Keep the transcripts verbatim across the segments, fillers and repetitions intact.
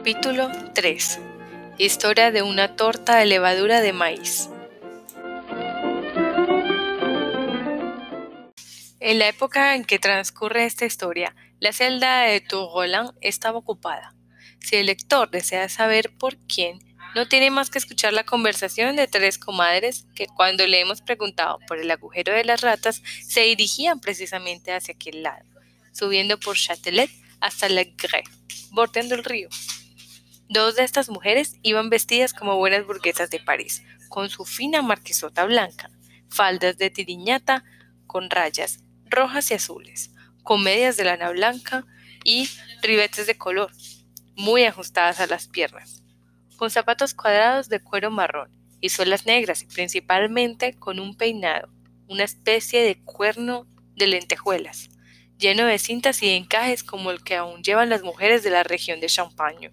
Capítulo tres. Historia de una torta de levadura de maíz. En la época en que transcurre esta historia, la celda de Tour-Roland estaba ocupada. Si el lector desea saber por quién, no tiene más que escuchar la conversación de tres comadres que, cuando le hemos preguntado por el agujero de las ratas, se dirigían precisamente hacia aquel lado, subiendo por Châtelet hasta La Grève, bordeando el río. Dos de estas mujeres iban vestidas como buenas burguesas de París, con su fina marquesota blanca, faldas de tiriñata con rayas rojas y azules, con medias de lana blanca y ribetes de color, muy ajustadas a las piernas, con zapatos cuadrados de cuero marrón y suelas negras y principalmente con un peinado, una especie de cuerno de lentejuelas, lleno de cintas y encajes como el que aún llevan las mujeres de la región de Champagne.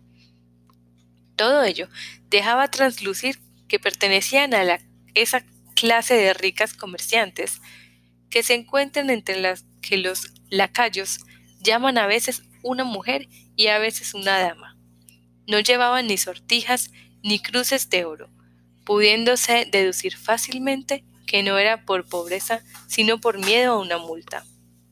Todo ello dejaba traslucir que pertenecían a la, esa clase de ricas comerciantes que se encuentran entre las que los lacayos llaman a veces una mujer y a veces una dama. No llevaban ni sortijas ni cruces de oro, pudiéndose deducir fácilmente que no era por pobreza, sino por miedo a una multa.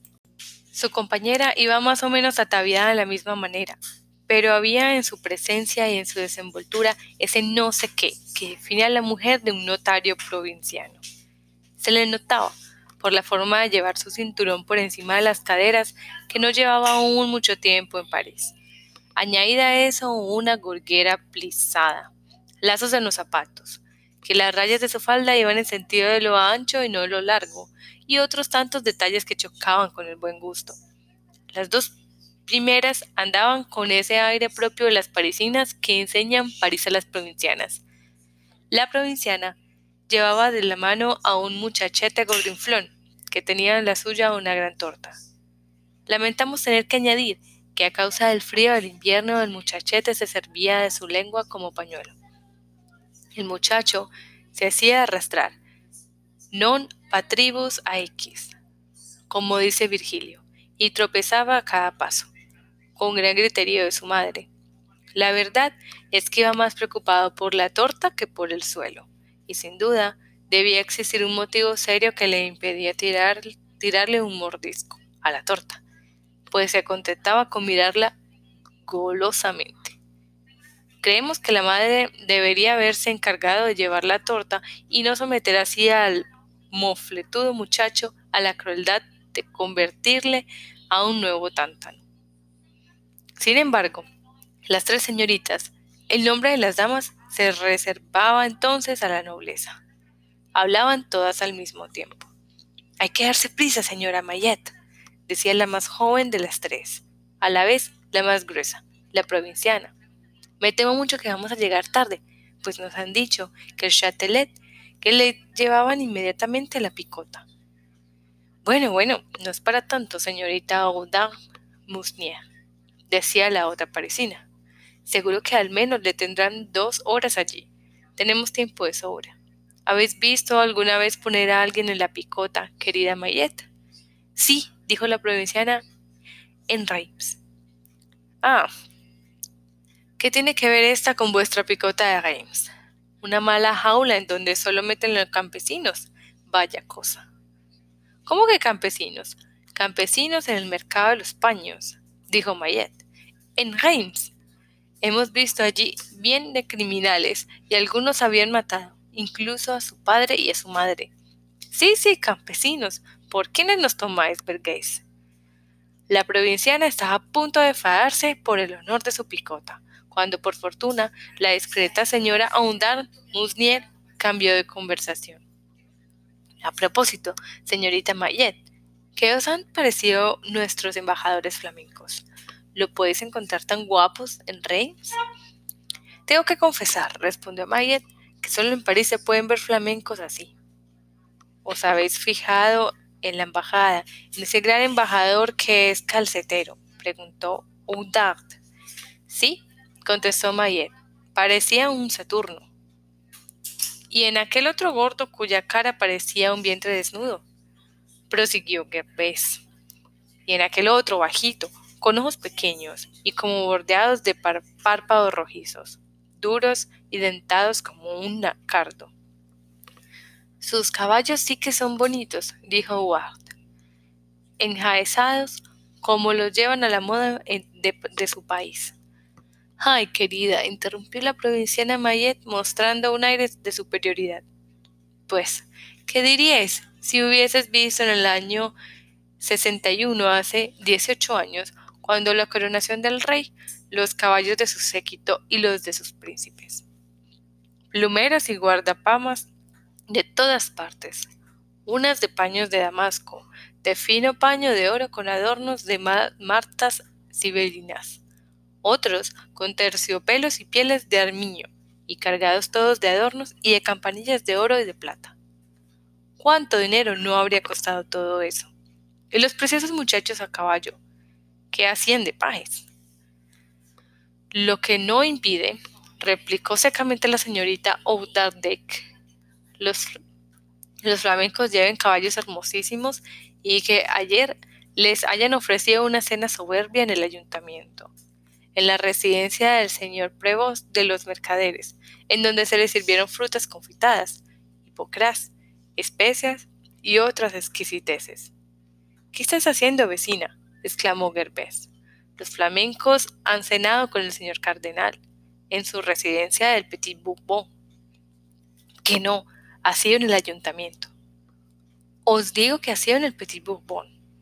Su compañera iba más o menos ataviada de la misma manera, pero había en su presencia y en su desenvoltura ese no sé qué que define a la mujer de un notario provinciano. Se le notaba, por la forma de llevar su cinturón por encima de las caderas, que no llevaba aún mucho tiempo en París. Añadida a eso una gorguera plisada, lazos en los zapatos, que las rayas de su falda iban en sentido de lo ancho y no de lo largo, y otros tantos detalles que chocaban con el buen gusto. Las dos primeras andaban con ese aire propio de las parisinas que enseñan París a las provincianas. La provinciana llevaba de la mano a un muchachete gordinflón, que tenía en la suya una gran torta. Lamentamos tener que añadir que a causa del frío del invierno el muchachete se servía de su lengua como pañuelo. El muchacho se hacía arrastrar, non patribus aequis, como dice Virgilio, y tropezaba a cada paso, con gran griterío de su madre. La verdad es que iba más preocupado por la torta que por el suelo, y sin duda debía existir un motivo serio que le impedía tirar, tirarle un mordisco a la torta, pues se contentaba con mirarla golosamente. Creemos que la madre debería haberse encargado de llevar la torta y no someter así al mofletudo muchacho a la crueldad de convertirle a un nuevo tántano. Sin embargo, las tres señoritas, el nombre de las damas se reservaba entonces a la nobleza. Hablaban todas al mismo tiempo. «Hay que darse prisa, señora Mayet», decía la más joven de las tres, a la vez la más gruesa, la provinciana. «Me temo mucho que vamos a llegar tarde, pues nos han dicho que el Châtelet, que le llevaban inmediatamente la picota». «Bueno, bueno, no es para tanto, señorita Audin-Musnier», decía la otra parisina. «Seguro que al menos le tendrán dos horas allí. Tenemos tiempo de sobra. ¿Habéis visto alguna vez poner a alguien en la picota, querida Mayet?» «Sí», dijo la provinciana, «en Reims». «Ah, ¿qué tiene que ver esta con vuestra picota de Reims? Una mala jaula en donde solo meten los campesinos. Vaya cosa». «¿Cómo que campesinos? Campesinos en el mercado de los paños», dijo Mayet. «En Reims. Hemos visto allí bien de criminales y algunos habían matado, incluso a su padre y a su madre». «Sí, sí, campesinos. ¿Por quiénes nos tomáis, burgués?» La provinciana estaba a punto de enfadarse por el honor de su picota, cuando por fortuna la discreta señora Audin-Musnier cambió de conversación. «A propósito, señorita Mayet, ¿qué os han parecido nuestros embajadores flamencos? ¿Lo podéis encontrar tan guapos en Reims?» «Tengo que confesar», respondió Mayet, «que solo en París se pueden ver flamencos así». «¿Os habéis fijado en la embajada, en ese gran embajador que es calcetero?», preguntó Oudard. «Sí», contestó Mayet, «parecía un Saturno». «Y en aquel otro gordo cuya cara parecía un vientre desnudo», prosiguió Gervaise. «Y en aquel otro bajito, con ojos pequeños y como bordeados de párpados rojizos, duros y dentados como un cardo. Sus caballos sí que son bonitos, dijo Ward, enjaezados como los llevan a la moda de, de su país. Ay, querida, interrumpió la provinciana Mayet mostrando un aire de superioridad. Pues, ¿qué diríais si hubieses visto en el año sesenta y uno, hace dieciocho años, cuando la coronación del rey, los caballos de su séquito y los de sus príncipes? Plumeros y guardapamas de todas partes, unas de paños de damasco, de fino paño de oro con adornos de ma martas sibelinas, otros con terciopelos y pieles de armiño, y cargados todos de adornos y de campanillas de oro y de plata. ¿Cuánto dinero no habría costado todo eso? Y los preciosos muchachos a caballo, ¿qué hacían de pajes? Lo que no impide, replicó secamente la señorita Oudardeck, los, los flamencos lleven caballos hermosísimos y que ayer les hayan ofrecido una cena soberbia en el ayuntamiento, en la residencia del señor Prevost de los mercaderes, en donde se les sirvieron frutas confitadas, hipocrás, especias y otras exquisiteces. ¿Qué estás haciendo, vecina?, exclamó Gervaise. Los flamencos han cenado con el señor cardenal, en su residencia del Petit Bourbon. Que no, ha sido en el ayuntamiento. Os digo que ha sido en el Petit Bourbon.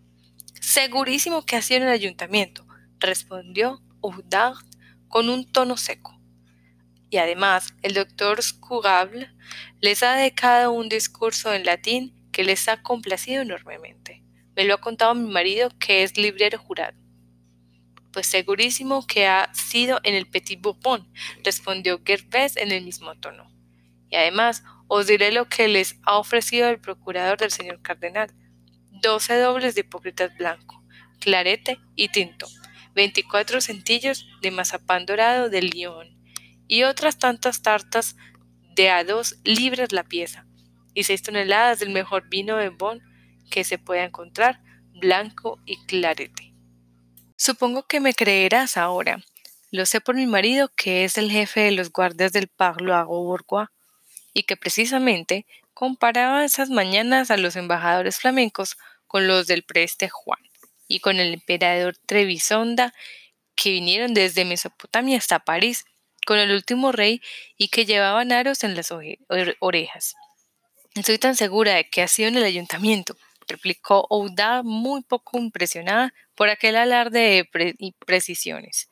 Segurísimo que ha sido en el ayuntamiento, respondió Oudarde con un tono seco. Y además, el doctor Scurable les ha dedicado un discurso en latín que les ha complacido enormemente. Me lo ha contado mi marido, que es librero jurado. Pues segurísimo que ha sido en el Petit Bourbon, respondió Gervaise en el mismo tono. Y además, os diré lo que les ha ofrecido el procurador del señor cardenal. Doce dobles de hipócritas blanco, clarete y tinto, veinticuatro centillos de mazapán dorado de Lyon, y otras tantas tartas de a dos libras la pieza, y seis toneladas del mejor vino de Bonn que se pueda encontrar, blanco y clarete. Supongo que me creerás ahora. Lo sé por mi marido, que es el jefe de los guardias del Parloir Bourgeois, y que precisamente comparaba esas mañanas a los embajadores flamencos con los del preste Juan, y con el emperador Trebisonda, que vinieron desde Mesopotamia hasta París, con el último rey, y que llevaban aros en las orejas. Estoy tan segura de que ha sido en el ayuntamiento, replicó Oudarde, muy poco impresionada por aquel alarde de pre y precisiones,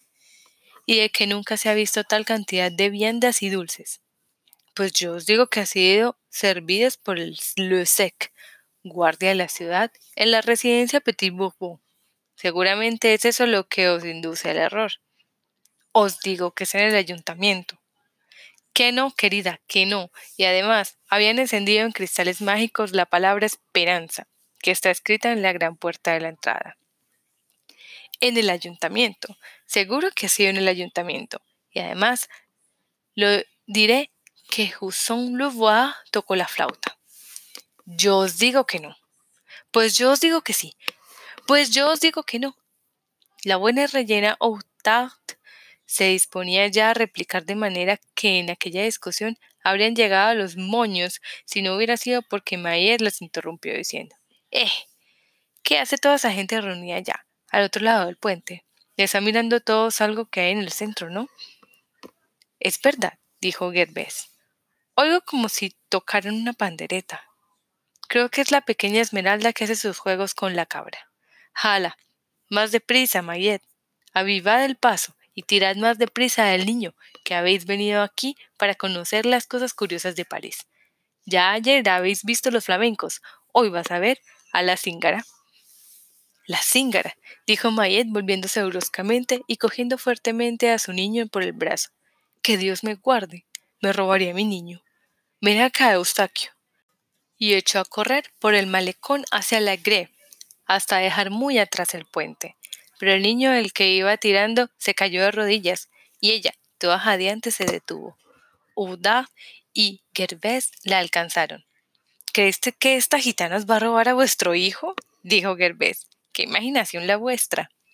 y de que nunca se ha visto tal cantidad de viandas y dulces. Pues yo os digo que ha sido servidas por el Le Sec, guardia de la ciudad, en la residencia Petit Bourbon. Seguramente es eso lo que os induce al error. Os digo que es en el ayuntamiento. Que no, querida, que no. Y además, habían encendido en cristales mágicos la palabra esperanza, que está escrita en la gran puerta de la entrada. En el ayuntamiento. Seguro que ha sido en el ayuntamiento. Y además, lo diré que Jusson Louvois tocó la flauta. Yo os digo que no. Pues yo os digo que sí. Pues yo os digo que no. La buena rellena Oudarde se disponía ya a replicar, de manera que en aquella discusión habrían llegado a los moños si no hubiera sido porque Mayet las interrumpió diciendo: «Eh, ¿qué hace toda esa gente reunida allá, al otro lado del puente? Le está mirando todos algo que hay en el centro, ¿no?» «Es verdad», dijo Gervaise. «Oigo como si tocaran una pandereta. Creo que es la pequeña Esmeralda que hace sus juegos con la cabra. ¡Hala! Más deprisa, Mayet. Avivad el paso y tirad más deprisa del niño, que habéis venido aquí para conocer las cosas curiosas de París. Ya ayer habéis visto los flamencos, hoy vas a ver a la cíngara». «La cíngara», dijo Mayet volviéndose bruscamente y cogiendo fuertemente a su niño por el brazo. «Que Dios me guarde, me robaría a mi niño. Ven acá, Eustaquio». Y echó a correr por el malecón hacia la Grève, hasta dejar muy atrás el puente. Pero el niño, el que iba tirando, se cayó de rodillas, y ella, toda jadeante, se detuvo. Oudarde y Gervaise la alcanzaron. «¿Crees que esta gitana os va a robar a vuestro hijo?», dijo Gervaise. «¡Qué imaginación la vuestra!».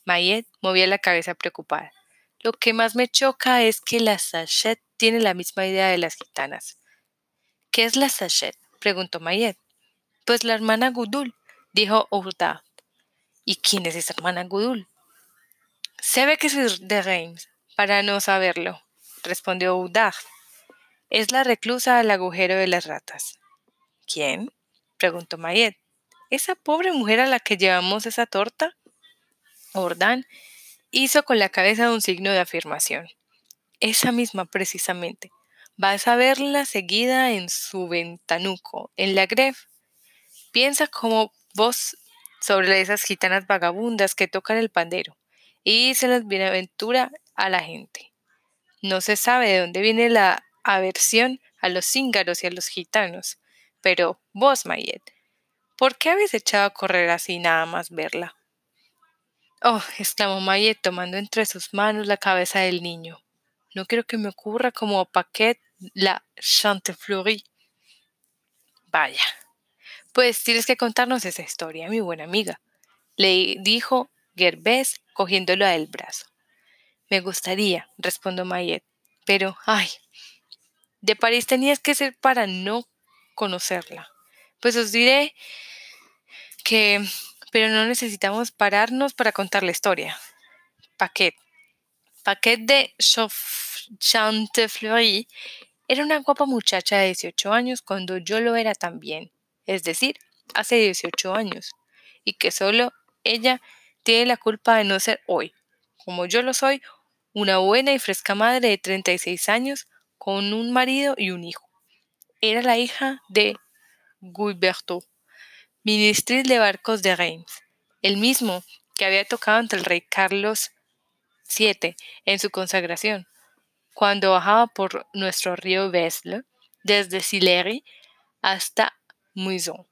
Mayet movía la cabeza preocupada. Lo que más me choca es que la Sachet tiene la misma idea de las gitanas. ¿Qué es la Sachet?, preguntó Mayet. Pues la hermana Gudul, dijo Ourda. ¿Y quién es esa hermana Gudul? Se ve que es de Reims, para no saberlo, respondió Ourda. Es la reclusa al agujero de las ratas. ¿Quién?, preguntó Mayet. ¿Esa pobre mujer a la que llevamos esa torta? Ordán hizo con la cabeza un signo de afirmación. Esa misma, precisamente. Vas a verla seguida en su ventanuco, en la Greve. Piensa como vos sobre esas gitanas vagabundas que tocan el pandero y se las bienaventura a la gente. No se sabe de dónde viene la aversión a los cíngaros y a los gitanos, pero vos, Mayet, ¿por qué habéis echado a correr así nada más verla? Oh, exclamó Mayet tomando entre sus manos la cabeza del niño. No quiero que me ocurra como a Paquet la Chantefleurie. Vaya, pues tienes que contarnos esa historia, mi buena amiga, le dijo Gervais cogiéndolo del brazo. Me gustaría, respondió Mayet, pero, ay, de París tenías que ser para no conocerla. Pues os diré que, pero no necesitamos pararnos para contar la historia. Paquet. Paquet de Chantefleurie era una guapa muchacha de dieciocho años cuando yo lo era también, es decir, hace dieciocho años, y que solo ella tiene la culpa de no ser hoy, como yo lo soy, una buena y fresca madre de treinta y seis años con un marido y un hijo. Era la hija de Guilbertot, ministril de barcos de Reims, el mismo que había tocado ante el rey Carlos siete en su consagración, cuando bajaba por nuestro río Vesle, desde Sillery hasta Muison.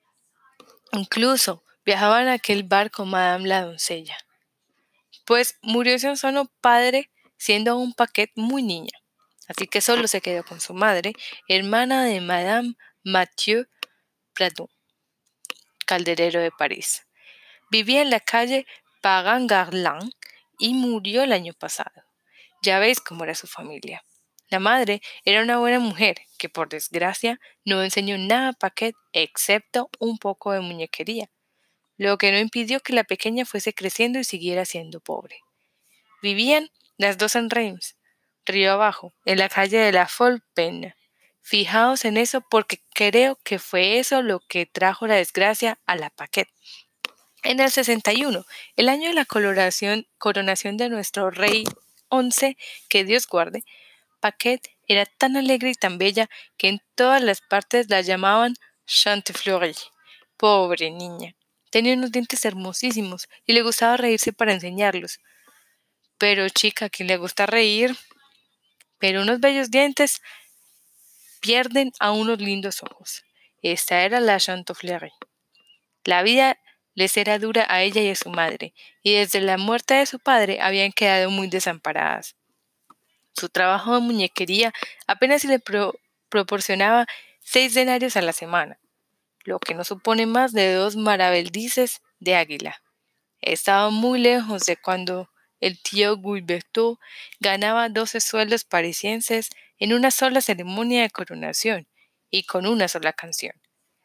Incluso viajaba en aquel barco Madame la doncella. Pues murió su anciano padre siendo aún Paquet muy niña, así que solo se quedó con su madre, hermana de Madame Mathieu Pradon, calderero de París. Vivía en la calle Pagan-Garlin y murió el año pasado. Ya veis cómo era su familia. La madre era una buena mujer que, por desgracia, no enseñó nada a Paquet excepto un poco de muñequería, lo que no impidió que la pequeña fuese creciendo y siguiera siendo pobre. Vivían las dos en Reims, río abajo, en la calle de la Folle-Peine. Fijaos en eso porque creo que fue eso lo que trajo la desgracia a la Paquet. En el sesenta y uno, el año de la coronación, coronación de nuestro rey once, que Dios guarde, Paquet era tan alegre y tan bella que en todas las partes la llamaban Chantefleurie. Pobre niña. Tenía unos dientes hermosísimos y le gustaba reírse para enseñarlos. Pero chica, ¿a quién le gusta reír? Pero unos bellos dientes pierden a unos lindos ojos. Esta era la Chantefleurie. La vida les era dura a ella y a su madre, y desde la muerte de su padre habían quedado muy desamparadas. Su trabajo de muñequería apenas si le pro- proporcionaba seis denarios a la semana, lo que no supone más de dos maravedís de águila. Estaba muy lejos de cuando el tío Guilbertot ganaba doce sueldos parisienses en una sola ceremonia de coronación y con una sola canción.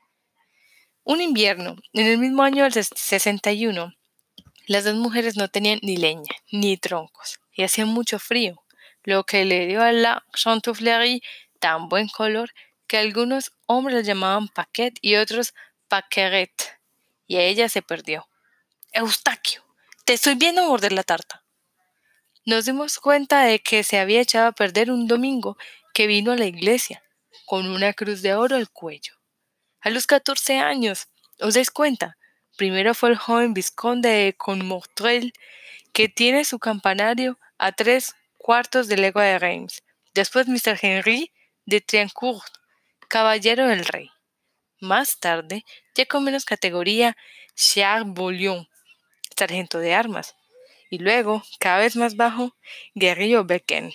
Un invierno, en el mismo año del sesenta y uno, las dos mujeres no tenían ni leña ni troncos y hacía mucho frío, lo que le dio a la Chantefleurie tan buen color que algunos hombres la llamaban Paquet y otros Paqueret, y a ella se perdió. Eustaquio, te estoy viendo morder la tarta. Nos dimos cuenta de que se había echado a perder un domingo que vino a la iglesia, con una cruz de oro al cuello. A los catorce años, ¿os dais cuenta? Primero fue el joven vizconde de Comortrel, que tiene su campanario a tres cuartos de legua de Reims. Después mister Henry de Triancourt, caballero del rey. Más tarde, ya con menos categoría, Charles Bouillon, sargento de armas. Y luego, cada vez más bajo, Guerrillo Becken,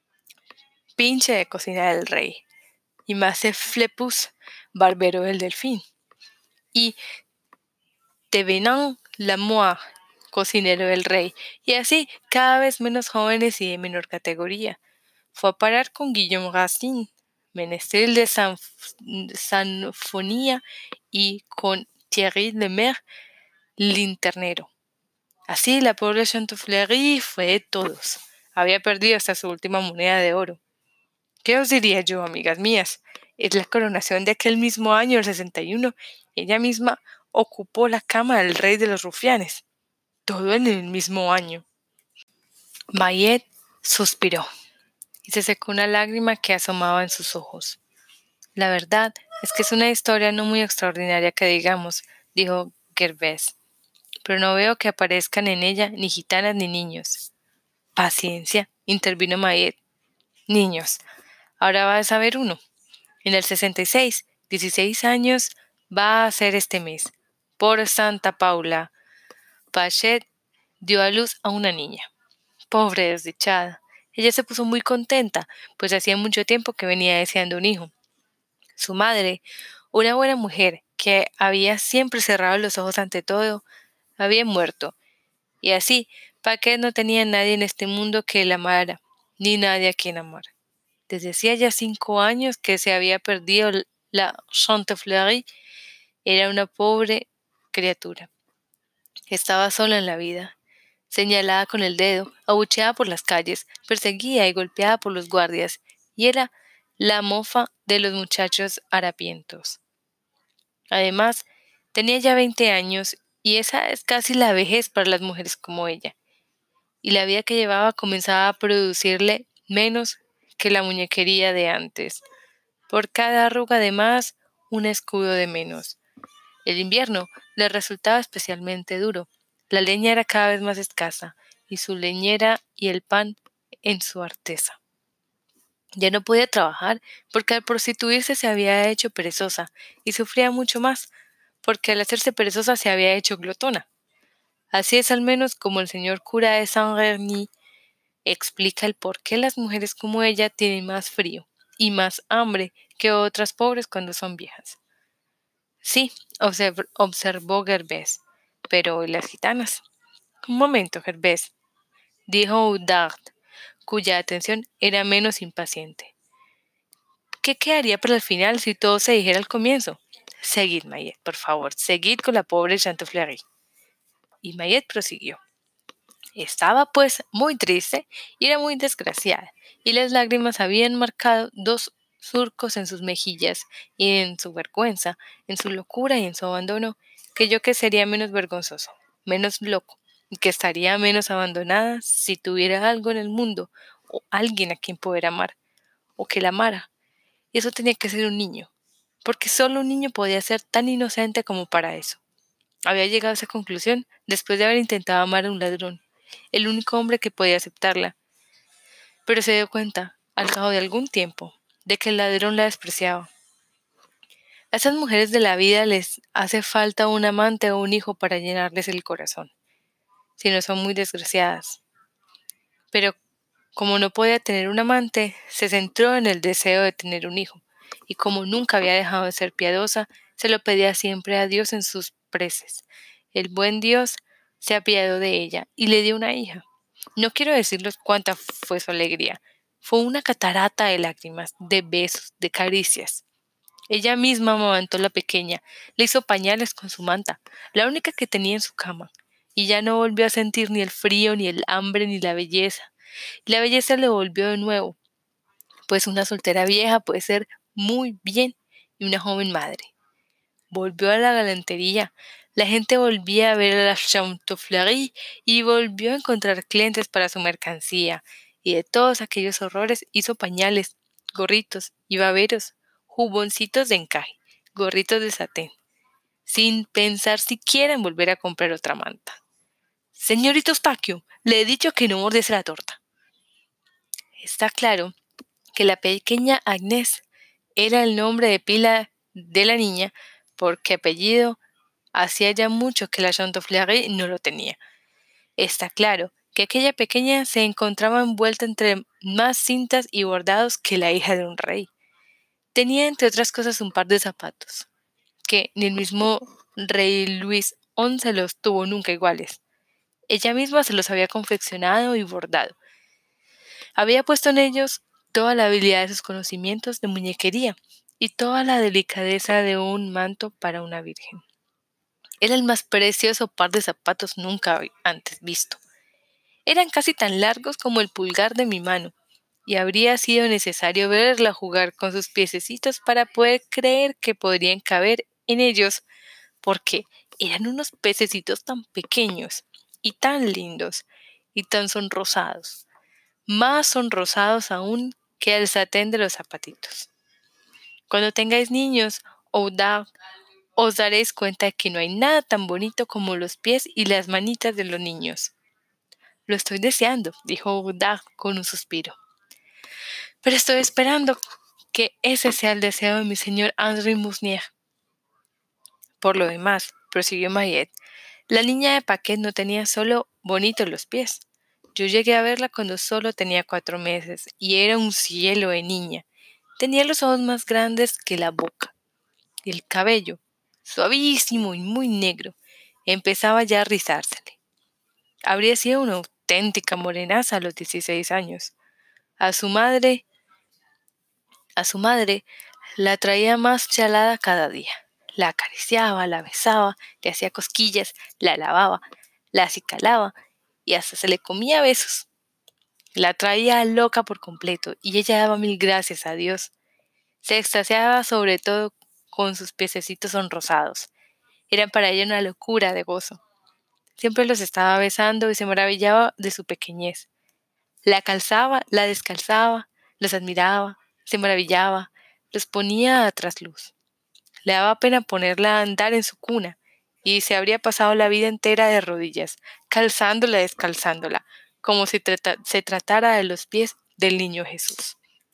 pinche de cocina del rey. Y Masse Flepus, barbero del delfín. Y Thévenin Lamoire, cocinero del rey, y así cada vez menos jóvenes y de menor categoría. Fue a parar con Guillaume Racine, menestrel de Sanf Sanfonía, y con Thierry Lemaire, linternero. Así la pobre Chantouflerie fue de todos. Había perdido hasta su última moneda de oro. ¿Qué os diría yo, amigas mías? Es la coronación de aquel mismo año, el sesenta y uno. Ella misma ocupó la cama del rey de los rufianes. Todo en el mismo año. Mayet suspiró y se secó una lágrima que asomaba en sus ojos. La verdad es que es una historia no muy extraordinaria que digamos, dijo Gervais, pero no veo que aparezcan en ella ni gitanas ni niños. Paciencia, intervino Mayet. Niños, ahora va a saber uno. En el sesenta y seis, dieciséis años va a ser este mes. Por Santa Paula, Pachet dio a luz a una niña. Pobre desdichada. Ella se puso muy contenta, pues hacía mucho tiempo que venía deseando un hijo. Su madre, una buena mujer que había siempre cerrado los ojos ante todo, había muerto. Y así, Paquet no tenía nadie en este mundo que la amara, ni nadie a quien amar. Desde hacía ya cinco años que se había perdido la Chantouflerie. Era una pobre criatura. Estaba sola en la vida. Señalada con el dedo, abucheada por las calles, perseguida y golpeada por los guardias, y era la mofa de los muchachos harapientos. Además, tenía ya veinte años, y esa es casi la vejez para las mujeres como ella, y la vida que llevaba comenzaba a producirle menos que la muñequería de antes. Por cada arruga de más, un escudo de menos. El invierno le resultaba especialmente duro. La leña era cada vez más escasa, y su leñera y el pan en su artesa. Ya no podía trabajar, porque al prostituirse se había hecho perezosa, y sufría mucho más, porque al hacerse perezosa se había hecho glotona. Así es al menos como el señor cura de Saint-Remy explica el por qué las mujeres como ella tienen más frío y más hambre que otras pobres cuando son viejas. Sí, observ observó Gervais, pero ¿y las gitanas? Un momento, Gervais, dijo Oudarde, cuya atención era menos impaciente. ¿Qué quedaría para el final si todo se dijera al comienzo? Seguid, Mayet, por favor, seguid con la pobre Chantouflerie. Y Mayet prosiguió. Estaba, pues, muy triste y era muy desgraciada, y las lágrimas habían marcado dos surcos en sus mejillas, y en su vergüenza, en su locura y en su abandono, que yo que sería menos vergonzoso, menos loco, y que estaría menos abandonada si tuviera algo en el mundo, o alguien a quien poder amar, o que la amara. Y eso tenía que ser un niño, porque solo un niño podía ser tan inocente como para eso. Había llegado a esa conclusión después de haber intentado amar a un ladrón, el único hombre que podía aceptarla, pero se dio cuenta, al cabo de algún tiempo, de que el ladrón la despreciaba. A esas mujeres de la vida les hace falta un amante o un hijo para llenarles el corazón, si no son muy desgraciadas. Pero como no podía tener un amante, se centró en el deseo de tener un hijo, y como nunca había dejado de ser piadosa, se lo pedía siempre a Dios en sus preces. El buen Dios se apiadó de ella y le dio una hija. No quiero decirles cuánta fue su alegría. Fue una catarata de lágrimas, de besos, de caricias. Ella misma amamantó a la pequeña, le hizo pañales con su manta, la única que tenía en su cama, y ya no volvió a sentir ni el frío, ni el hambre, ni la belleza. La belleza le volvió de nuevo, pues una soltera vieja puede ser muy bien y una joven madre. Volvió a la galantería, la gente volvía a ver a la Chantouflerie y volvió a encontrar clientes para su mercancía, y de todos aquellos horrores hizo pañales, gorritos y baberos, juboncitos de encaje, gorritos de satén, sin pensar siquiera en volver a comprar otra manta. Señorito Eustaquio, le he dicho que no mordiese la torta. Está claro que la pequeña Agnès era el nombre de pila de la niña, porque apellido hacía ya mucho que la Chantouflerie no lo tenía. Está claro que aquella pequeña se encontraba envuelta entre más cintas y bordados que la hija de un rey. Tenía, entre otras cosas, un par de zapatos, que ni el mismo rey Luis once los tuvo nunca iguales. Ella misma se los había confeccionado y bordado. Había puesto en ellos toda la habilidad de sus conocimientos de muñequería y toda la delicadeza de un manto para una virgen. Era el más precioso par de zapatos nunca antes visto. Eran casi tan largos como el pulgar de mi mano, y habría sido necesario verla jugar con sus piececitos para poder creer que podrían caber en ellos, porque eran unos pececitos tan pequeños y tan lindos y tan sonrosados, más sonrosados aún que el satén de los zapatitos. Cuando tengáis niños, Oudard, os daréis cuenta de que no hay nada tan bonito como los pies y las manitas de los niños. Lo estoy deseando, dijo Oudard con un suspiro. Pero estoy esperando que ese sea el deseo de mi señor Henri Mousnier. Por lo demás, prosiguió Mayet, la niña de Paquet no tenía solo bonitos los pies. Yo llegué a verla cuando solo tenía cuatro meses y era un cielo de niña. Tenía los ojos más grandes que la boca y el cabello, suavísimo y muy negro, empezaba ya a rizársele. Habría sido una auténtica morenaza a los dieciséis años. A su madre, a su madre la traía más chalada cada día. La acariciaba, la besaba, le hacía cosquillas, la lavaba, la acicalaba y hasta se le comía a besos. La traía loca por completo y ella daba mil gracias a Dios. Se extasiaba sobre todo con sus piececitos sonrosados. Eran para ella una locura de gozo. Siempre los estaba besando y se maravillaba de su pequeñez. La calzaba, la descalzaba, los admiraba, se maravillaba, los ponía a trasluz. Le daba pena ponerla a andar en su cuna, y se habría pasado la vida entera de rodillas, calzándola y descalzándola, como si trata- se tratara de los pies del niño Jesús.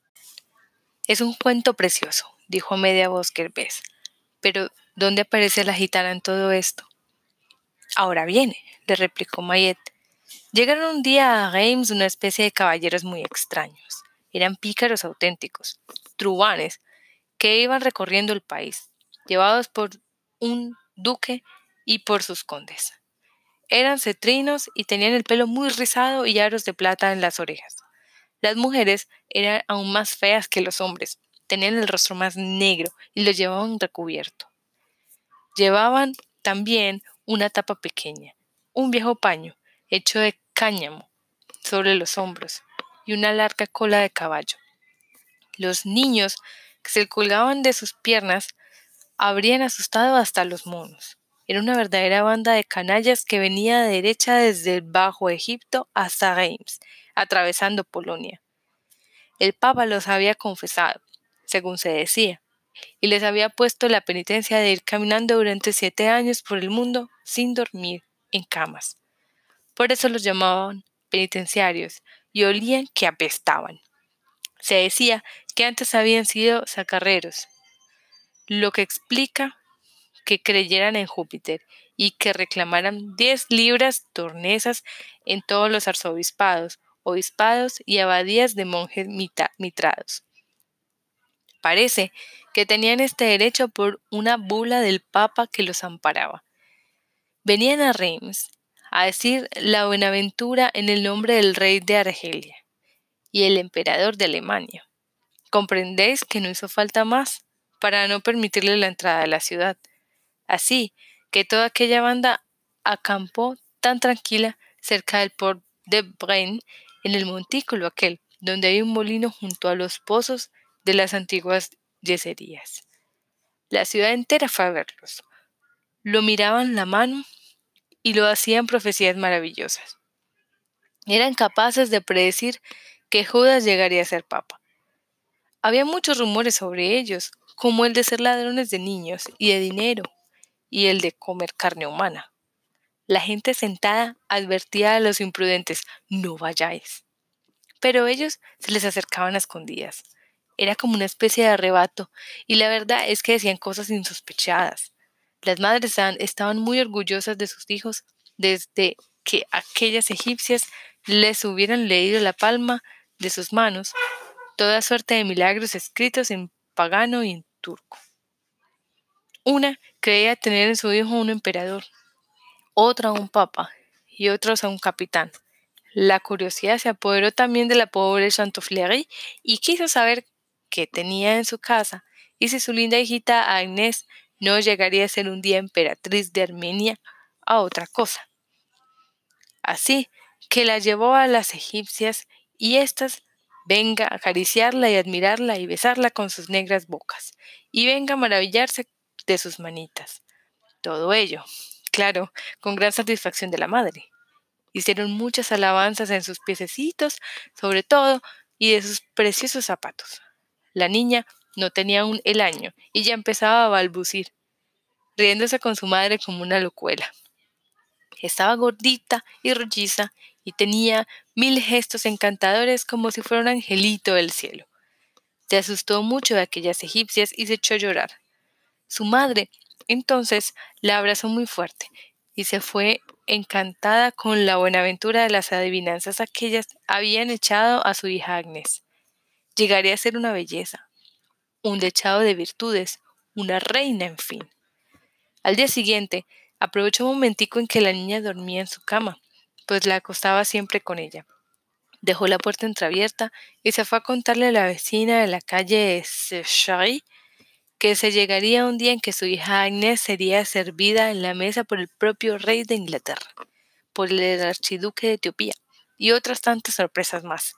Es un cuento precioso, dijo a media voz Gervais, pero ¿dónde aparece la gitana en todo esto? Ahora viene, le replicó Mayet. Llegaron un día a Reims una especie de caballeros muy extraños. Eran pícaros auténticos, truhanes, que iban recorriendo el país, llevados por un duque y por sus condes. Eran cetrinos y tenían el pelo muy rizado y aros de plata en las orejas. Las mujeres eran aún más feas que los hombres, tenían el rostro más negro y lo llevaban recubierto. Llevaban también una tapa pequeña, un viejo paño hecho de cáñamo sobre los hombros y una larga cola de caballo. Los niños que se colgaban de sus piernas habrían asustado hasta a los monos. Era una verdadera banda de canallas que venía derecha desde el Bajo Egipto hasta Reims, atravesando Polonia. El Papa los había confesado, según se decía, y les había puesto la penitencia de ir caminando durante siete años por el mundo sin dormir en camas. Por eso los llamaban penitenciarios y olían que apestaban. Se decía que antes habían sido sacarreros, lo que explica que creyeran en Júpiter y que reclamaran diez libras tornesas en todos los arzobispados, obispados y abadías de monjes mitrados. Parece que tenían este derecho por una bula del Papa que los amparaba. Venían a Reims a decir la buenaventura en el nombre del rey de Argelia y el emperador de Alemania. Comprendéis que no hizo falta más para no permitirle la entrada a la ciudad. Así que toda aquella banda acampó tan tranquila cerca del Port de Braine, en el montículo aquel, donde hay un molino junto a los pozos de las antiguas yeserías. La ciudad entera fue a verlos. Lo miraban la mano y lo hacían profecías maravillosas. Eran capaces de predecir que Judas llegaría a ser papa. Había muchos rumores sobre ellos, como el de ser ladrones de niños y de dinero, y el de comer carne humana. La gente sentada advertía a los imprudentes, no vayáis. Pero ellos se les acercaban a escondidas. Era como una especie de arrebato, y la verdad es que decían cosas insospechadas. Las madres estaban muy orgullosas de sus hijos desde que aquellas egipcias les hubieran leído la palma de sus manos toda suerte de milagros escritos en pagano y en turco. Una creía tener en su hijo un emperador, otra un papa, y otros a un capitán. La curiosidad se apoderó también de la pobre Chantefleurie y quiso saber qué tenía en su casa y si su linda hijita Agnès no llegaría a ser un día emperatriz de Armenia a otra cosa. Así que la llevó a las egipcias y éstas venga a acariciarla y admirarla y besarla con sus negras bocas, y venga a maravillarse de sus manitas. Todo ello, claro, con gran satisfacción de la madre. Hicieron muchas alabanzas en sus piececitos, sobre todo, y de sus preciosos zapatos. La niña no tenía aún el año y ya empezaba a balbucir, riéndose con su madre como una locuela. Estaba gordita y rolliza y tenía mil gestos encantadores como si fuera un angelito del cielo. Se asustó mucho de aquellas egipcias y se echó a llorar. Su madre, entonces, la abrazó muy fuerte y se fue encantada con la buenaventura de las adivinanzas a que ellas habían echado a su hija Agnès. Llegaría a ser una belleza, un dechado de virtudes, una reina, en fin. Al día siguiente, aprovechó un momentico en que la niña dormía en su cama, pues la acostaba siempre con ella. Dejó la puerta entreabierta y se fue a contarle a la vecina de la calle Séchery que se llegaría un día en que su hija Agnès sería servida en la mesa por el propio rey de Inglaterra, por el archiduque de Etiopía y otras tantas sorpresas más.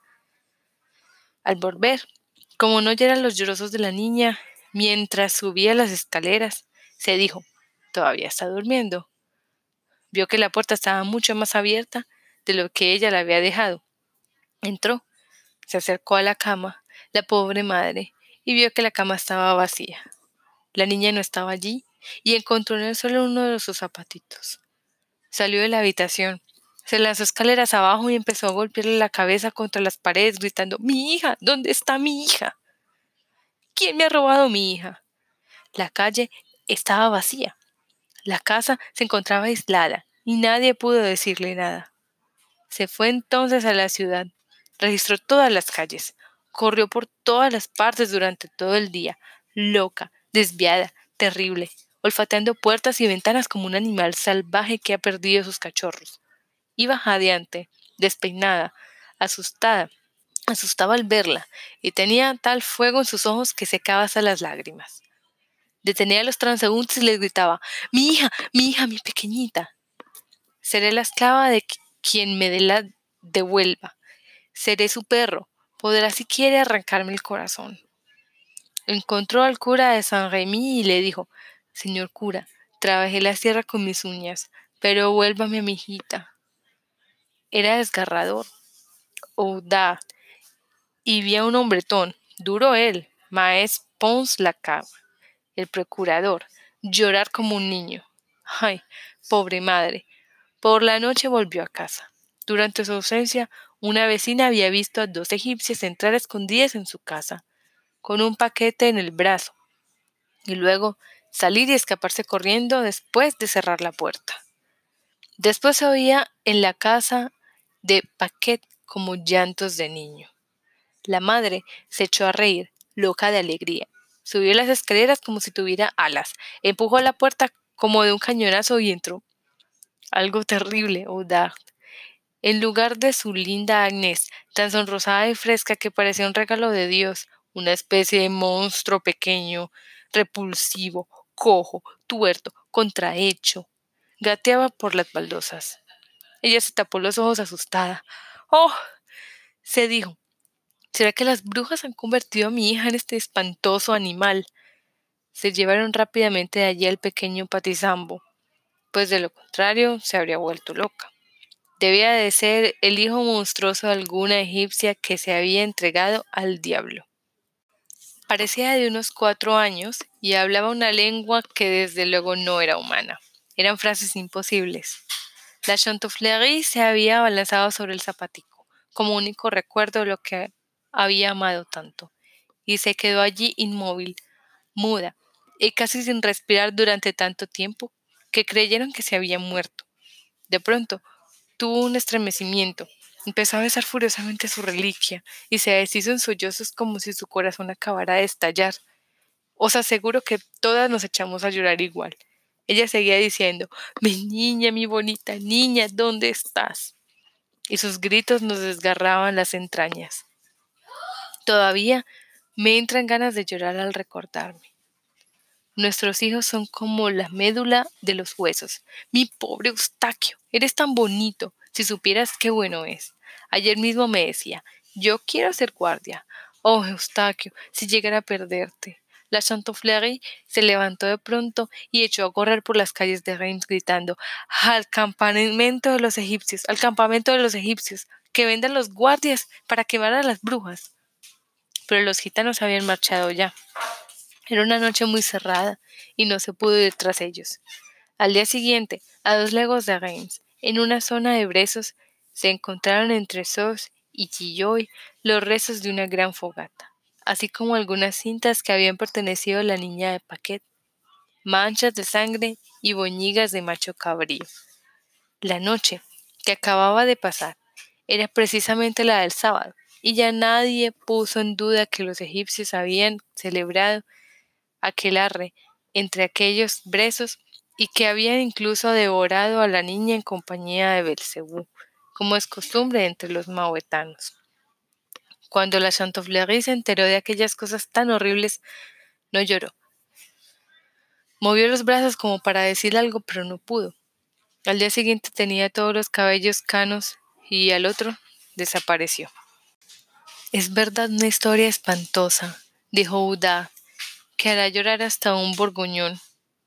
Al volver, como no oyeran los llorosos de la niña, mientras subía las escaleras, se dijo, todavía está durmiendo. Vio que la puerta estaba mucho más abierta de lo que ella la había dejado. Entró, se acercó a la cama, la pobre madre, y vio que la cama estaba vacía. La niña no estaba allí y encontró en el suelo uno de sus zapatitos. Salió de la habitación, se lanzó escaleras abajo y empezó a golpearle la cabeza contra las paredes gritando, «¡Mi hija! ¿Dónde está mi hija? ¿Quién me ha robado mi hija?» La calle estaba vacía. La casa se encontraba aislada y nadie pudo decirle nada. Se fue entonces a la ciudad, registró todas las calles, corrió por todas las partes durante todo el día, loca, desviada, terrible, olfateando puertas y ventanas como un animal salvaje que ha perdido sus cachorros. Iba jadeante, despeinada, asustada, asustaba al verla, y tenía tal fuego en sus ojos que secaba hasta las lágrimas. Detenía a los transeúntes y les gritaba, «¡Mi hija, mi hija, mi pequeñita! Seré la esclava de quien me la devuelva. Seré su perro. Podrá si quiere arrancarme el corazón». Encontró al cura de Saint-Rémy y le dijo, «Señor cura, trabajé la sierra con mis uñas, pero vuélvame a mi hijita». Era desgarrador, audaz, y vi a un hombretón, duro él, Maes Pons Lacabe, el procurador, llorar como un niño. Ay, pobre madre. Por la noche volvió a casa. Durante su ausencia, una vecina había visto a dos egipcias entrar escondidas en su casa, con un paquete en el brazo, y luego salir y escaparse corriendo después de cerrar la puerta. Después se oía en la casa de Paquet como llantos de niño. La madre se echó a reír, loca de alegría. Subió las escaleras como si tuviera alas, empujó la puerta como de un cañonazo y entró. Algo terrible, audaz. En lugar de su linda Agnès, tan sonrosada y fresca que parecía un regalo de Dios, una especie de monstruo pequeño, repulsivo, cojo, tuerto, contrahecho, gateaba por las baldosas. Ella se tapó los ojos asustada. «¡Oh!», se dijo, «¿será que las brujas han convertido a mi hija en este espantoso animal?» Se llevaron rápidamente de allí al pequeño Patizambo, pues de lo contrario se habría vuelto loca. Debía de ser el hijo monstruoso de alguna egipcia que se había entregado al diablo. Parecía de unos cuatro años y hablaba una lengua que desde luego no era humana. Eran frases imposibles. La Chantefleurie se había abalanzado sobre el zapatico, como único recuerdo de lo que había amado tanto, y se quedó allí inmóvil, muda, y casi sin respirar durante tanto tiempo, que creyeron que se había muerto. De pronto, tuvo un estremecimiento, empezó a besar furiosamente su reliquia, y se deshizo en sollozos como si su corazón acabara de estallar. Os aseguro que todas nos echamos a llorar igual. Ella seguía diciendo: «Mi niña, mi bonita niña, ¿dónde estás?». Y sus gritos nos desgarraban las entrañas. Todavía me entran ganas de llorar al recordarme. Nuestros hijos son como la médula de los huesos. Mi pobre Eustaquio, eres tan bonito. Si supieras qué bueno es. Ayer mismo me decía: «Yo quiero ser guardia». Oh, Eustaquio, si llegara a perderte. La Chantefleurie se levantó de pronto y echó a correr por las calles de Reims gritando: «Al campamento de los egipcios, al campamento de los egipcios, que vendan los guardias para quemar a las brujas». Pero los gitanos habían marchado ya. Era una noche muy cerrada y no se pudo ir tras ellos. Al día siguiente, a dos legos de Reims, en una zona de brezos, se encontraron entre Sos y Gilloy los restos de una gran fogata, así como algunas cintas que habían pertenecido a la niña de Paquet, manchas de sangre y boñigas de macho cabrío. La noche que acababa de pasar era precisamente la del sábado, y ya nadie puso en duda que los egipcios habían celebrado aquelarre entre aquellos brezos y que habían incluso devorado a la niña en compañía de Belcebú, como es costumbre entre los mahoetanos. Cuando la Chantefleurie se enteró de aquellas cosas tan horribles, no lloró. Movió los brazos como para decir algo, pero no pudo. Al día siguiente tenía todos los cabellos canos y al otro desapareció. «Es verdad una historia espantosa», dijo Ouda, «que hará llorar hasta un borgoñón».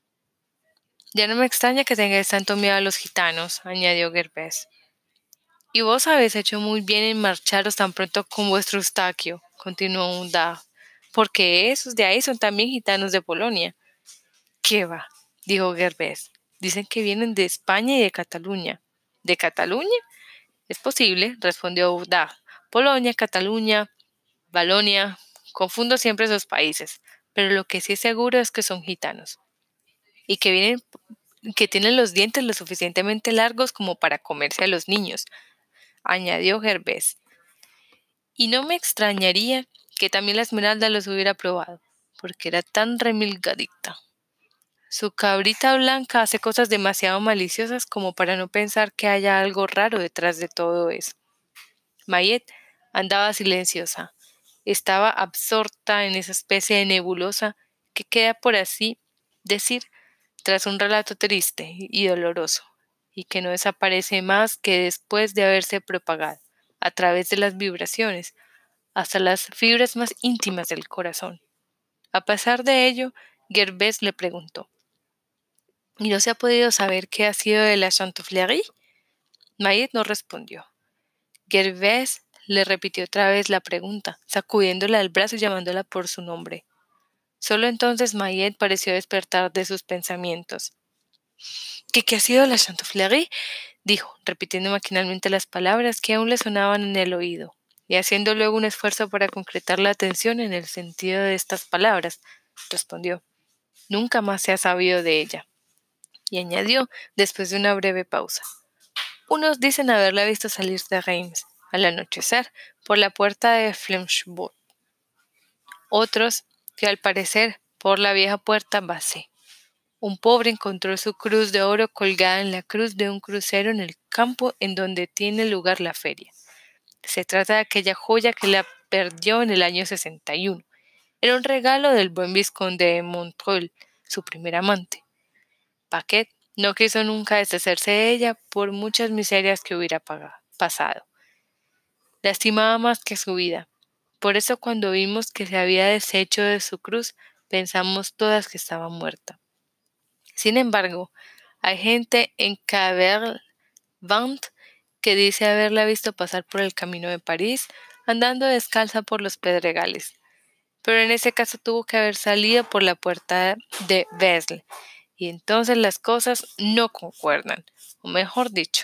«Ya no me extraña que tengáis tanto miedo a los gitanos», añadió Gervaise. «Y vos habéis hecho muy bien en marcharos tan pronto con vuestro Eustaquio», continuó Ouda, «porque esos de ahí son también gitanos de Polonia». «¿Qué va?», dijo Gervaise. «Dicen que vienen de España y de Cataluña». «¿De Cataluña?». «Es posible», respondió Ouda. «Polonia, Cataluña, Valonia, confundo siempre esos países, pero lo que sí es seguro es que son gitanos. Y que vienen, que tienen los dientes lo suficientemente largos como para comerse a los niños», añadió Gervaise. «Y no me extrañaría que también la Esmeralda los hubiera probado, porque era tan remilgadita. Su cabrita blanca hace cosas demasiado maliciosas como para no pensar que haya algo raro detrás de todo eso». Mayet andaba silenciosa. Estaba absorta en esa especie de nebulosa que queda, por así decir, tras un relato triste y doloroso, y que no desaparece más que después de haberse propagado, a través de las vibraciones, hasta las fibras más íntimas del corazón. A pesar de ello, Gervaise le preguntó: «¿Y no se ha podido saber qué ha sido de la Chantefleurie?». Mayet no respondió. Gervaise le repitió otra vez la pregunta, sacudiéndola el brazo y llamándola por su nombre. Solo entonces Mayet pareció despertar de sus pensamientos. «¿Qué, qué ha sido la Chantefleurie?», dijo, repitiendo maquinalmente las palabras que aún le sonaban en el oído, y haciendo luego un esfuerzo para concretar la atención en el sentido de estas palabras, respondió: «Nunca más se ha sabido de ella». Y añadió, después de una breve pausa: «Unos dicen haberla visto salir de Reims, al anochecer, por la puerta de Flensburg. Otros, que al parecer por la vieja puerta Bassée. Un pobre encontró su cruz de oro colgada en la cruz de un crucero en el campo en donde tiene lugar la feria. Se trata de aquella joya que la perdió en el año sesenta y uno. Era un regalo del buen vizconde de Montreuil, su primer amante. Paquet no quiso nunca deshacerse de ella por muchas miserias que hubiera pagado, pasado. La estimaba más que su vida. Por eso cuando vimos que se había deshecho de su cruz, pensamos todas que estaba muerta. Sin embargo, hay gente en Cabervant que dice haberla visto pasar por el camino de París, andando descalza por los pedregales. Pero en ese caso tuvo que haber salido por la puerta de Vesle, y entonces las cosas no concuerdan, o mejor dicho,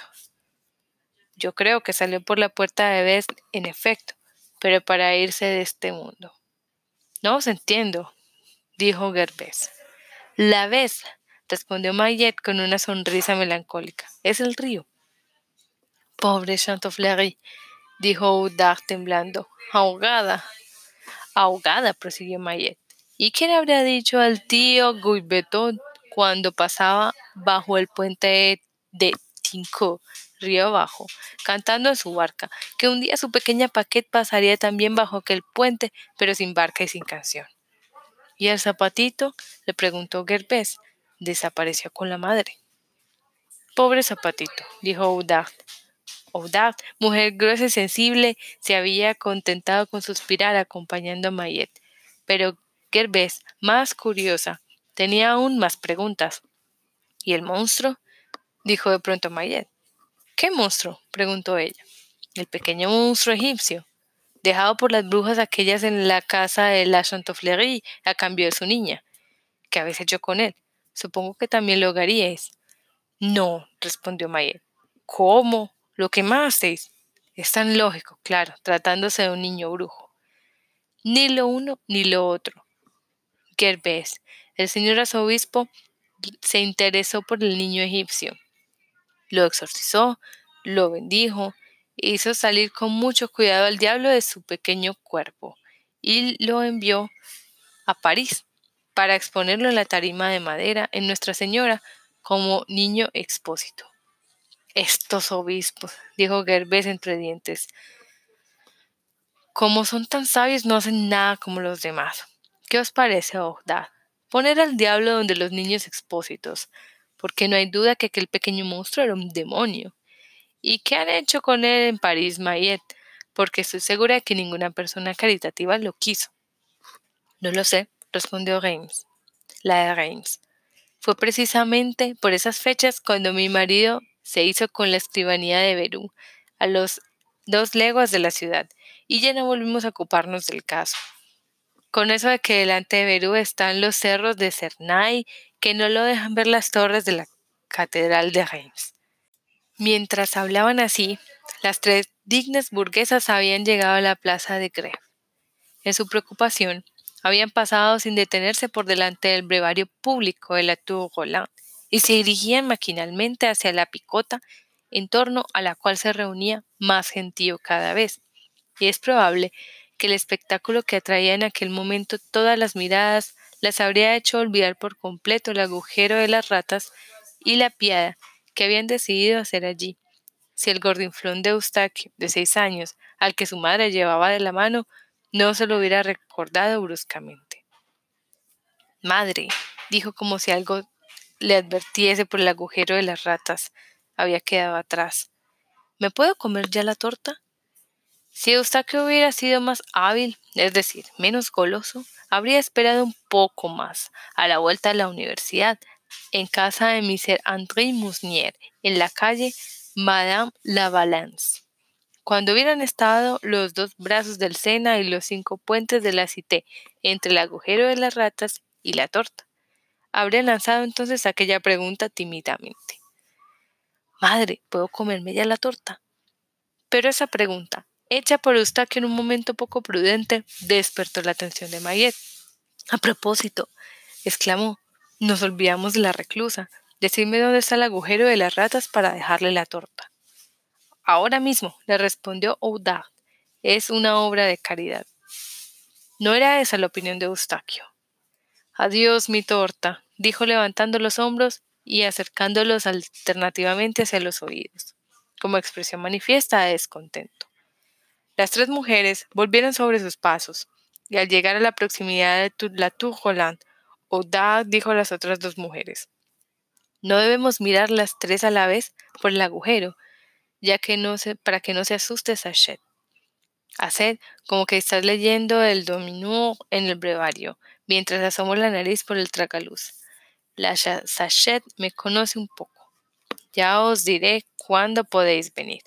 yo creo que salió por la puerta de Vesle en efecto, pero para irse de este mundo. «No os entiendo», dijo Gervaise. «La ves», respondió Mayet con una sonrisa melancólica. «Es el río». «Pobre Chantefleurie», dijo Ouda temblando. «Ahogada». «Ahogada», prosiguió Mayet. «¿Y quién habría dicho al tío Gouivetot cuando pasaba bajo el puente de Tinco, río abajo, cantando en su barca, que un día su pequeña Paquette pasaría también bajo aquel puente, pero sin barca y sin canción. ¿Y el zapatito?, le preguntó Gervais. Desapareció con la madre. Pobre zapatito, dijo Oudarde. Oudarde, mujer gruesa y sensible, se había contentado con suspirar acompañando a Mayet. Pero Gervais, más curiosa, tenía aún más preguntas. ¿Y el monstruo?, dijo de pronto Mayet. ¿Qué monstruo?, preguntó ella. El pequeño monstruo egipcio, dejado por las brujas aquellas en la casa de la Chantefleurie a cambio de su niña. ¿Qué habéis hecho con él? Supongo que también lo haríais. No, respondió Mayet. ¿Cómo? ¿Lo quemasteis? Es tan lógico, claro, tratándose de un niño brujo. Ni lo uno ni lo otro. Gervais, el señor arzobispo, se interesó por el niño egipcio. Lo exorcizó, lo bendijo, hizo salir con mucho cuidado al diablo de su pequeño cuerpo y lo envió a París para exponerlo en la tarima de madera en Nuestra Señora como niño expósito. Estos obispos, dijo Gervais entre dientes, como son tan sabios no hacen nada como los demás. ¿Qué os parece, Oudarde? Poner al diablo donde los niños expósitos, porque no hay duda que aquel pequeño monstruo era un demonio. ¿Y qué han hecho con él en París, Mayet? Porque estoy segura de que ninguna persona caritativa lo quiso. No lo sé, respondió Reims. La de Reims. Fue precisamente por esas fechas cuando mi marido se hizo con la escribanía de Berú, a los dos leguas de la ciudad, y ya no volvimos a ocuparnos del caso. Con eso de que delante de Berú están los cerros de Cernay, que no lo dejan ver las torres de la catedral de Reims. Mientras hablaban así, las tres dignas burguesas habían llegado a la plaza de Grève. En su preocupación, habían pasado sin detenerse por delante del brevario público de la Tour Roland y se dirigían maquinalmente hacia la picota, en torno a la cual se reunía más gentío cada vez. Y es probable que el espectáculo que atraía en aquel momento todas las miradas las habría hecho olvidar por completo el agujero de las ratas y la piada que habían decidido hacer allí, si el gordinflón de Eustaquio, de seis años, al que su madre llevaba de la mano, no se lo hubiera recordado bruscamente. Madre, dijo como si algo le advirtiese por el agujero de las ratas. Había quedado atrás. ¿Me puedo comer ya la torta? Si Eustaquio hubiera sido más hábil, es decir, menos goloso, habría esperado un poco más, a la vuelta de la universidad, en casa de mister André Musnier, en la calle Madame Lavalance. Cuando hubieran estado los dos brazos del Sena y los cinco puentes de la Cité entre el agujero de las ratas y la torta, habría lanzado entonces aquella pregunta tímidamente. Madre, ¿puedo comerme ya la torta? Pero esa pregunta, hecha por Eustaquio en un momento poco prudente, despertó la atención de Mayet. A propósito, exclamó, nos olvidamos de la reclusa. Decidme dónde está el agujero de las ratas para dejarle la torta. Ahora mismo, le respondió Oudarde, es una obra de caridad. No era esa la opinión de Eustaquio. Adiós, mi torta, dijo levantando los hombros y acercándolos alternativamente hacia los oídos, como expresión manifiesta de descontento. Las tres mujeres volvieron sobre sus pasos, y al llegar a la proximidad de la Tour Roland, Oudarde dijo a las otras dos mujeres, no debemos mirar las tres a la vez por el agujero, ya que no se, para que no se asuste Sachet. Haced como que estás leyendo el dominó en el brevario, mientras asomo la nariz por el tragaluz. La Sachet me conoce un poco. Ya os diré cuándo podéis venir.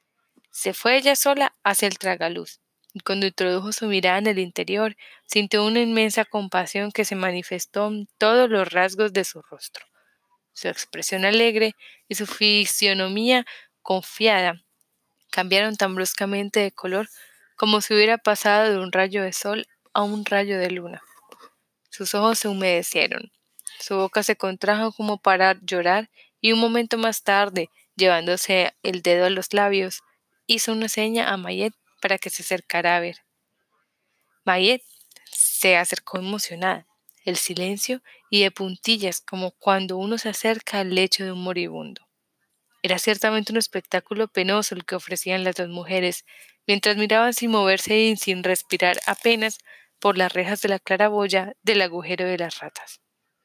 Se fue ella sola hacia el tragaluz, y cuando introdujo su mirada en el interior, sintió una inmensa compasión que se manifestó en todos los rasgos de su rostro. Su expresión alegre y su fisionomía confiada cambiaron tan bruscamente de color como si hubiera pasado de un rayo de sol a un rayo de luna. Sus ojos se humedecieron, su boca se contrajo como para llorar y un momento más tarde, llevándose el dedo a los labios, hizo una seña a Mayet para que se acercara a ver. Mayet se acercó emocionada. el silencio y de puntillas como cuando uno se acerca al lecho de un moribundo. Era ciertamente un espectáculo penoso el que ofrecían las dos mujeres, mientras miraban sin moverse y sin respirar apenas por las rejas de la claraboya del agujero de las ratas.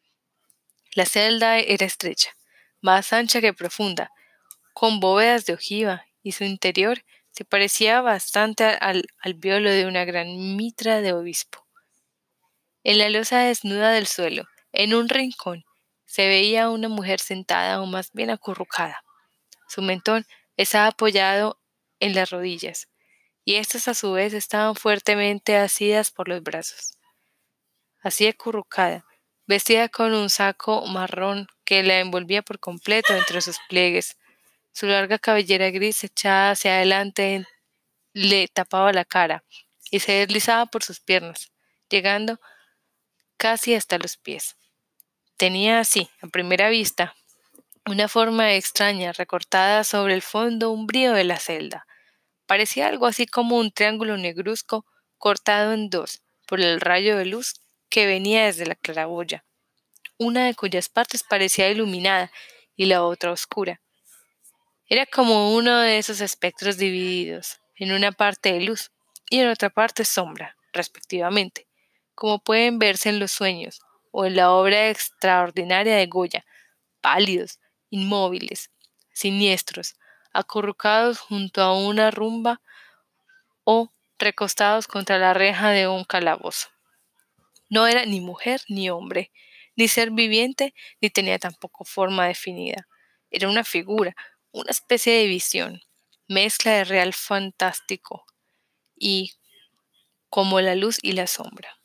La celda era estrecha, más ancha que profunda, con bóvedas de ojiva, y su interior se parecía bastante al alvéolo de una gran mitra de obispo. En la losa desnuda del suelo, en un rincón, se veía una mujer sentada o más bien acurrucada. Su mentón estaba apoyado en las rodillas, y éstas a su vez estaban fuertemente asidas por los brazos. Así acurrucada, vestida con un saco marrón que la envolvía por completo entre sus pliegues. Su larga cabellera gris echada hacia adelante le tapaba la cara y se deslizaba por sus piernas, llegando casi hasta los pies. Tenía así, a primera vista, una forma extraña recortada sobre el fondo umbrío de la celda. Parecía algo así como un triángulo negruzco cortado en dos por el rayo de luz que venía desde la claraboya, una de cuyas partes parecía iluminada y la otra oscura. Era como uno de esos espectros divididos, en una parte de luz y en otra parte sombra, respectivamente, como pueden verse en los sueños o en la obra extraordinaria de Goya, pálidos, inmóviles, siniestros, acurrucados junto a una rumba o recostados contra la reja de un calabozo. No era ni mujer ni hombre, ni ser viviente, ni tenía tampoco forma definida. Era una figura, una especie de visión, mezcla de real fantástico y como la luz y la sombra.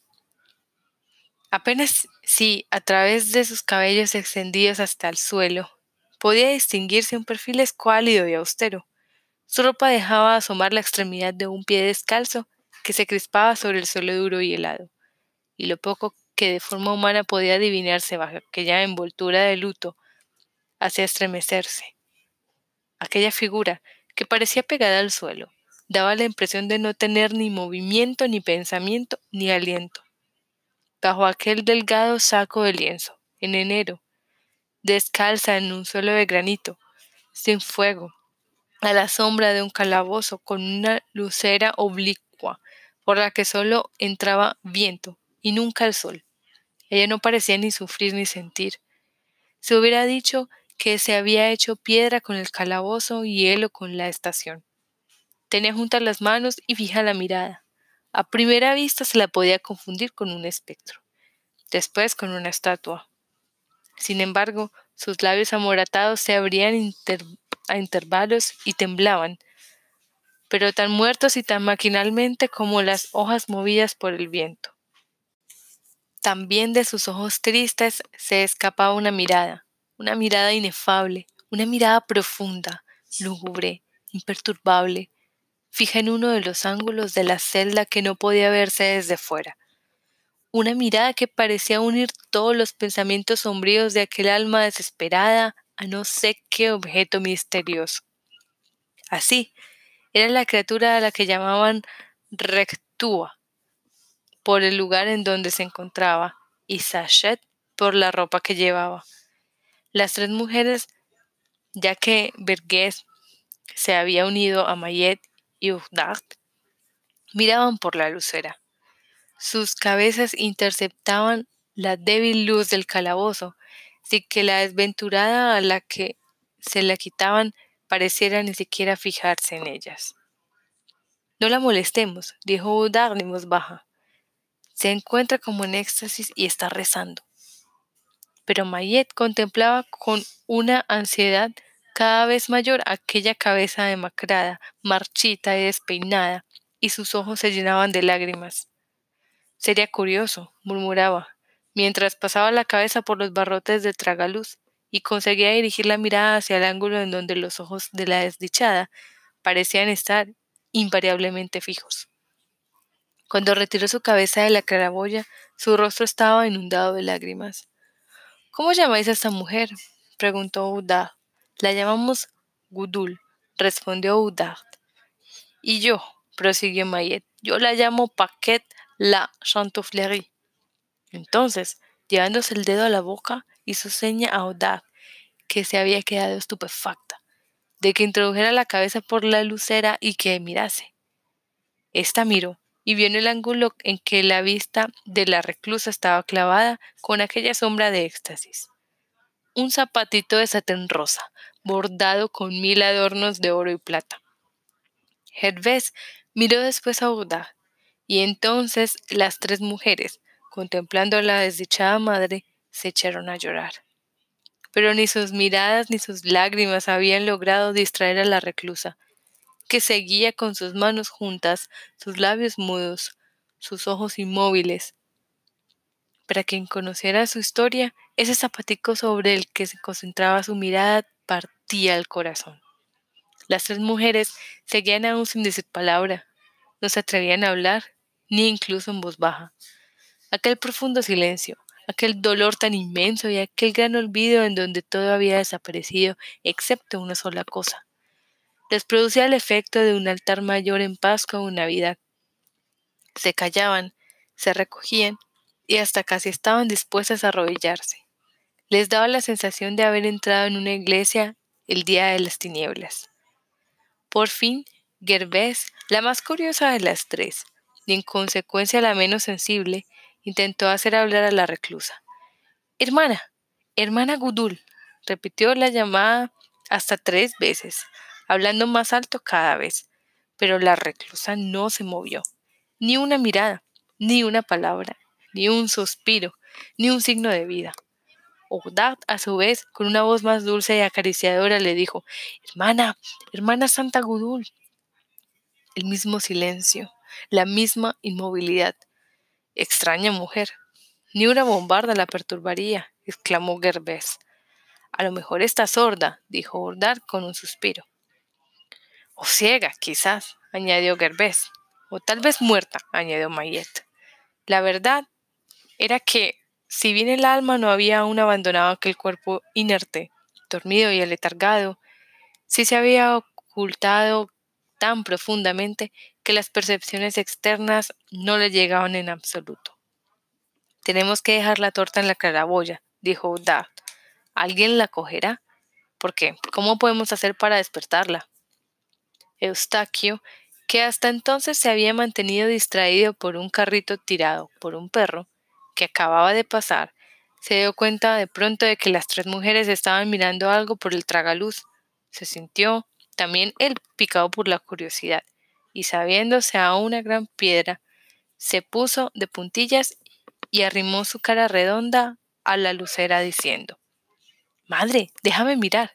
Apenas si, a través de sus cabellos extendidos hasta el suelo, podía distinguirse un perfil escuálido y austero. Su ropa dejaba asomar la extremidad de un pie descalzo que se crispaba sobre el suelo duro y helado, y lo poco que de forma humana podía adivinarse bajo aquella envoltura de luto hacía estremecerse. Aquella figura, que parecía pegada al suelo, daba la impresión de no tener ni movimiento, ni pensamiento, ni aliento. Bajo aquel delgado saco de lienzo, en enero, descalza en un suelo de granito, sin fuego, a la sombra de un calabozo con una lucera oblicua por la que solo entraba viento y nunca el sol. Ella no parecía ni sufrir ni sentir. Se hubiera dicho que se había hecho piedra con el calabozo y hielo con la estación. Tenía juntas las manos y fija la mirada. A primera vista se la podía confundir con un espectro, después con una estatua. Sin embargo, sus labios amoratados se abrían inter- a intervalos y temblaban, pero tan muertos y tan maquinalmente como las hojas movidas por el viento. También de sus ojos tristes se escapaba una mirada, una mirada inefable, una mirada profunda, lúgubre, imperturbable, fija en uno de los ángulos de la celda que no podía verse desde fuera. Una mirada que parecía unir todos los pensamientos sombríos de aquel alma desesperada a no sé qué objeto misterioso. Así, era la criatura a la que llamaban Rectúa, por el lugar en donde se encontraba, y Sachet por la ropa que llevaba. Las tres mujeres, ya que Vergés se había unido a Mayet y Urdart, miraban por la lucera. Sus cabezas interceptaban la débil luz del calabozo, sin que la desventurada a la que se la quitaban pareciera ni siquiera fijarse en ellas. «No la molestemos», dijo Urdart en voz baja. «Se encuentra como en éxtasis y está rezando». Pero Mayet contemplaba con una ansiedad cada vez mayor aquella cabeza demacrada, marchita y despeinada, y sus ojos se llenaban de lágrimas. «Sería curioso», murmuraba, mientras pasaba la cabeza por los barrotes de tragaluz y conseguía dirigir la mirada hacia el ángulo en donde los ojos de la desdichada parecían estar invariablemente fijos. Cuando retiró su cabeza de la claraboya, su rostro estaba inundado de lágrimas. «¿Cómo llamáis a esta mujer?», preguntó Oudard. «La llamamos Gudul», respondió Oudard. «Y yo», prosiguió Mayet, «yo la llamo Paquette la Chantouflerie». Entonces, llevándose el dedo a la boca, hizo seña a Audaz, que se había quedado estupefacta, de que introdujera la cabeza por la lucera y que mirase. Esta miró y vio en el ángulo en que la vista de la reclusa estaba clavada con aquella sombra de éxtasis un zapatito de satén rosa, bordado con mil adornos de oro y plata. Gervais miró después a Audaz, y entonces las tres mujeres, contemplando a la desdichada madre, se echaron a llorar. Pero ni sus miradas ni sus lágrimas habían logrado distraer a la reclusa, que seguía con sus manos juntas, sus labios mudos, sus ojos inmóviles. Para quien conociera su historia, ese zapatico sobre el que se concentraba su mirada partía el corazón. Las tres mujeres seguían aún sin decir palabra, no se atrevían a hablar, ni incluso en voz baja. Aquel profundo silencio, aquel dolor tan inmenso y aquel gran olvido en donde todo había desaparecido, excepto una sola cosa, les producía el efecto de un altar mayor en Pascua o Navidad. Se callaban, se recogían y hasta casi estaban dispuestas a arrodillarse. Les daba la sensación de haber entrado en una iglesia el día de las tinieblas. Por fin, Gervais, la más curiosa de las tres, y en consecuencia la menos sensible, intentó hacer hablar a la reclusa. «Hermana, hermana Gudul», repitió la llamada hasta tres veces, hablando más alto cada vez, pero la reclusa no se movió. Ni una mirada, ni una palabra, ni un suspiro, ni un signo de vida. Audaz, a su vez, con una voz más dulce y acariciadora, le dijo: «Hermana, hermana Santa Gudul». El mismo silencio, la misma inmovilidad. «Extraña mujer. Ni una bombarda la perturbaría», exclamó Gervais. «A lo mejor está sorda», dijo Audaz con un suspiro. «O ciega, quizás», añadió Gervais. «O tal vez muerta», añadió Mahiet. La verdad era que, si bien el alma no había aún abandonado aquel cuerpo inerte, dormido y aletargado, sí se había ocultado tan profundamente que las percepciones externas no le llegaban en absoluto. «Tenemos que dejar la torta en la claraboya», dijo Audaz. «¿Alguien la cogerá? ¿Por qué? ¿Cómo podemos hacer para despertarla?» Eustaquio, que hasta entonces se había mantenido distraído por un carrito tirado por un perro que acababa de pasar, se dio cuenta de pronto de que las tres mujeres estaban mirando algo por el tragaluz. Se sintió también él picado por la curiosidad, y sabiéndose a una gran piedra, se puso de puntillas y arrimó su cara redonda a la lucera diciendo: «Madre, déjame mirar».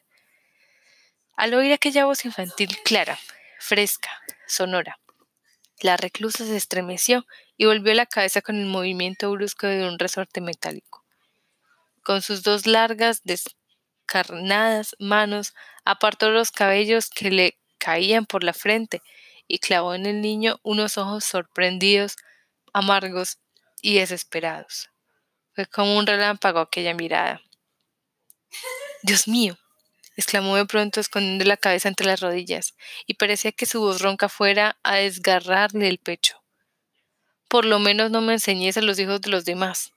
Al oír aquella voz infantil clara, fresca, sonora, la reclusa se estremeció y volvió la cabeza con el movimiento brusco de un resorte metálico. Con sus dos largas, descarnadas manos apartó los cabellos que le caían por la frente y clavó en el niño unos ojos sorprendidos, amargos y desesperados. Fue como un relámpago aquella mirada. «Dios mío», exclamó de pronto escondiendo la cabeza entre las rodillas, y parecía que su voz ronca fuera a desgarrarle el pecho. «Por lo menos no me enseñéis a los hijos de los demás».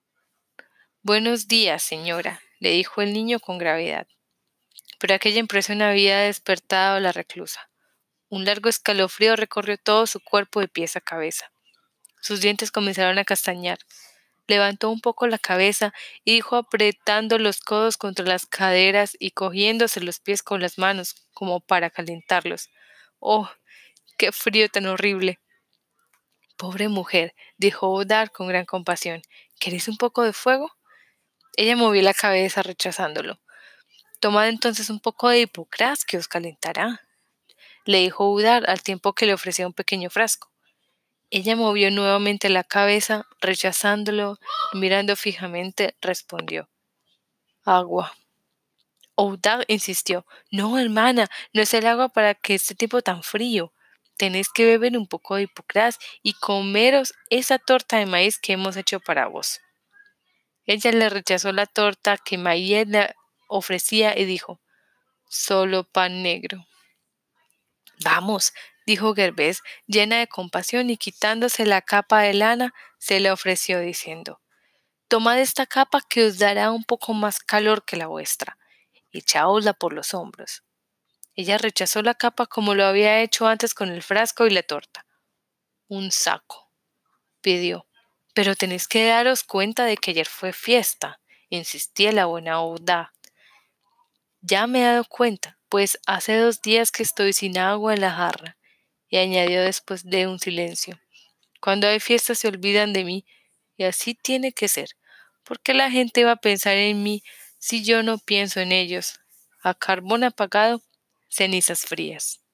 «Buenos días, señora», le dijo el niño con gravedad. Pero aquella impresión había despertado a la reclusa. Un largo escalofrío recorrió todo su cuerpo de pies a cabeza. Sus dientes comenzaron a castañar. Levantó un poco la cabeza y dijo apretando los codos contra las caderas y cogiéndose los pies con las manos como para calentarlos. «¡Oh, qué frío tan horrible!». «Pobre mujer», dijo Audaz con gran compasión. «¿Queréis un poco de fuego?». Ella movió la cabeza rechazándolo. «Tomad entonces un poco de hipocrás que os calentará», le dijo Audaz al tiempo que le ofrecía un pequeño frasco. Ella movió nuevamente la cabeza, rechazándolo, y mirando fijamente, respondió: «Agua». Audaz insistió: «No, hermana, no es el agua para que este tipo tan frío. Tenéis que beber un poco de hipocrás y comeros esa torta de maíz que hemos hecho para vos». Ella le rechazó la torta que Mahiet le ofrecía y dijo: «Solo pan negro». «Vamos», dijo Gervais, llena de compasión, y quitándose la capa de lana, se le ofreció diciendo: Tomad esta capa que os dará un poco más calor que la vuestra. Echaosla por los hombros. Ella rechazó la capa como lo había hecho antes con el frasco y la torta. Un saco, pidió. Pero tenéis que daros cuenta de que ayer fue fiesta, insistía la buena Oda. Ya me he dado cuenta, pues hace dos días que estoy sin agua en la jarra, y añadió después de un silencio. Cuando hay fiesta se olvidan de mí, y así tiene que ser. ¿Por qué la gente va a pensar en mí si yo no pienso en ellos? A carbón apagado, cenizas frías.